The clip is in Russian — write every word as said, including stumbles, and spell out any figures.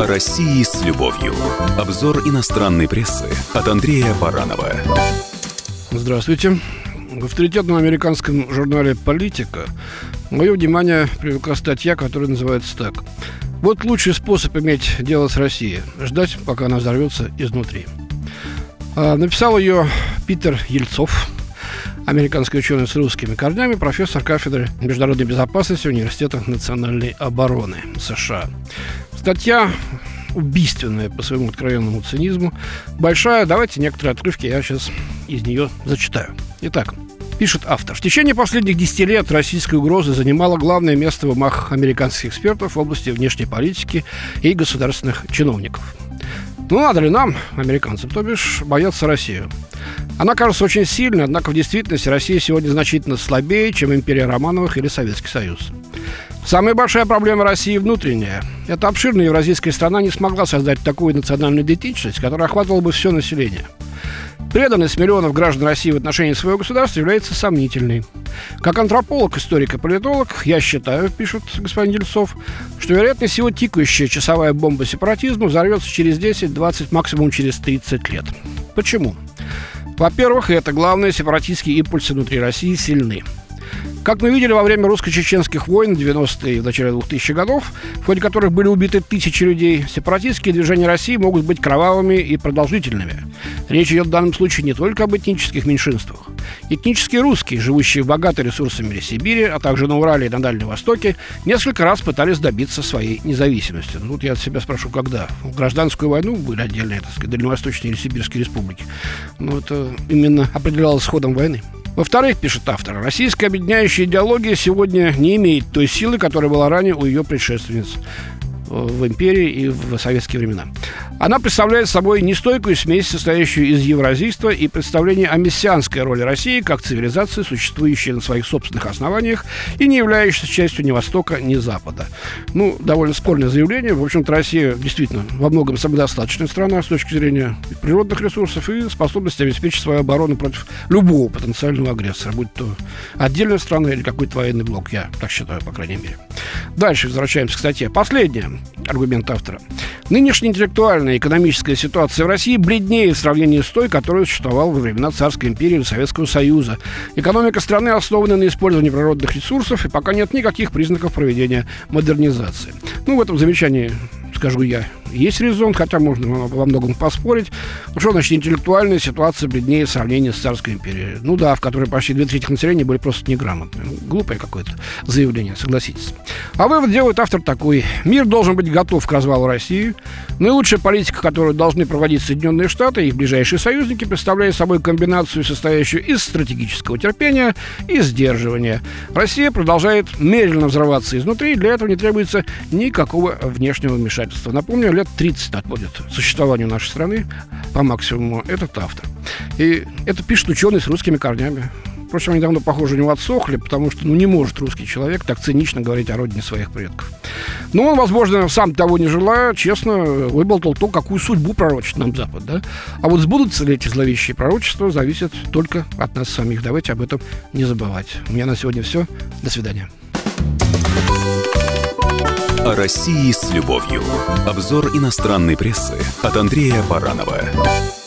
О России с любовью. Обзор иностранной прессы от Андрея Баранова. Здравствуйте. В авторитетном американском журнале «Политика» мое внимание привлекла статья, которая называется так: «Вот лучший способ иметь дело с Россией – ждать, пока она взорвется изнутри». А написал ее Питер Ельцов, американский ученый с русскими корнями, профессор кафедры международной безопасности Университета национальной обороны США. Статья убийственная по своему откровенному цинизму, большая. Давайте некоторые отрывки я сейчас из нее зачитаю. Итак, пишет автор: в течение последних десяти лет российская угроза занимала главное место в умах американских экспертов в области внешней политики и государственных чиновников. Ну, надо ли нам, американцам, то бишь, бояться Россию? Она кажется очень сильной, однако в действительности Россия сегодня значительно слабее, чем империя Романовых или Советский Союз. Самая большая проблема России внутренняя. Эта обширная евразийская страна не смогла создать такую национальную идентичность, которая охватывала бы все население. Преданность миллионов граждан России в отношении своего государства является сомнительной. Как антрополог, историк и политолог, я считаю, пишет господин Ельцов, что, вероятно всего, тикающая часовая бомба сепаратизма взорвется через десять, двадцать, максимум через тридцать лет. Почему? Во-первых, и это главное, сепаратистские импульсы внутри России сильны. Как мы видели во время русско-чеченских войн в девяностые и в начале двухтысячных годов, в ходе которых были убиты тысячи людей, сепаратистские движения России могут быть кровавыми и продолжительными. Речь идет в данном случае не только об этнических меньшинствах. Этнические русские, живущие в богатой ресурсами Сибири, а также на Урале и на Дальнем Востоке, несколько раз пытались добиться своей независимости. Ну, тут я от себя спрошу, когда? В гражданскую войну были отдельные, так сказать, Дальневосточные или Сибирские республики. Но это именно определялось ходом войны. Во-вторых, пишет автор, российская объединяющая идеология сегодня не имеет той силы, которая была ранее у ее предшественниц в империи и в советские времена. Она представляет собой нестойкую смесь, состоящую из евразийства и представления о мессианской роли России как цивилизации, существующей на своих собственных основаниях и не являющейся частью ни Востока, ни Запада. Ну, довольно спорное заявление. В общем-то, Россия действительно во многом самодостаточная страна с точки зрения природных ресурсов и способности обеспечить свою оборону против любого потенциального агрессора, будь то отдельная страна или какой-то военный блок. Я так считаю, по крайней мере. Дальше возвращаемся к статье. Последнее. Аргумент автора. Нынешняя интеллектуальная и экономическая ситуация в России бледнее в сравнении с той, которая существовала во времена Царской империи или Советского Союза. Экономика страны основана на использовании природных ресурсов, и пока нет никаких признаков проведения модернизации. Ну, в этом замечании, скажу я, есть резон, хотя можно во многом поспорить. Что значит интеллектуальная ситуация бледнее в сравнении с Царской империей? Ну да, в которой почти две трети населения были просто неграмотны. Глупое какое-то заявление, согласитесь. А вывод делает автор такой: мир должен быть готов к развалу России. Наилучшая политика, которую должны проводить Соединенные Штаты и их ближайшие союзники, представляет собой комбинацию, состоящую из стратегического терпения и сдерживания. Россия продолжает медленно взрываться изнутри, для этого не требуется никакого внешнего вмешательства. Напомню, лет тридцать отводит существованию нашей страны по максимуму этот автор. И это пишет ученый с русскими корнями. Впрочем, они давно, похоже, у него отсохли, потому что ну, не может русский человек так цинично говорить о родине своих предков. Но он, возможно, сам того не желая, честно выболтал то, какую судьбу пророчит нам Запад. Да? А вот сбудутся ли эти зловещие пророчества, зависит только от нас самих. Давайте об этом не забывать. У меня на сегодня все. До свидания. О России с любовью. Обзор иностранной прессы от Андрея Баранова.